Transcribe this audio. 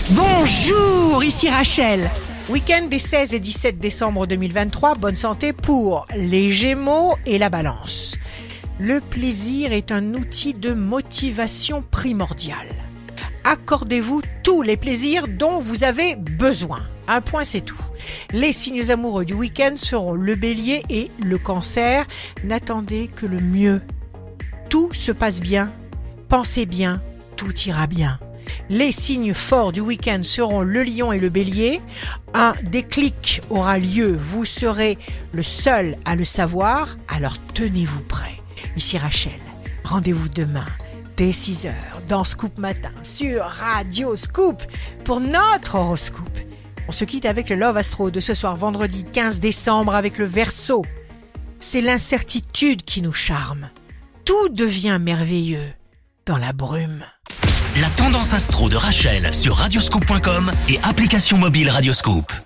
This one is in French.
Bonjour, ici Rachel. Week-end des 16 et 17 décembre 2023, bonne santé pour les Gémeaux et la Balance. Le plaisir est un outil de motivation primordial. Accordez-vous tous les plaisirs dont vous avez besoin. Un point, c'est tout. Les signes amoureux du week-end seront le Bélier et le Cancer. N'attendez que le mieux. Tout se passe bien. Pensez bien, tout ira bien. Les signes forts du week-end seront le Lion et le Bélier. Un déclic aura lieu. Vous serez le seul à le savoir, alors tenez-vous prêt. Ici Rachel, rendez-vous demain dès 6h dans Scoop Matin sur Radio Scoop pour notre horoscope. On se quitte avec le Love Astro de ce soir vendredi 15 décembre avec le Verseau. C'est l'incertitude qui nous charme. Tout devient merveilleux dans la brume. La tendance astro de Rachel sur radioscoop.com et application mobile Radioscoop.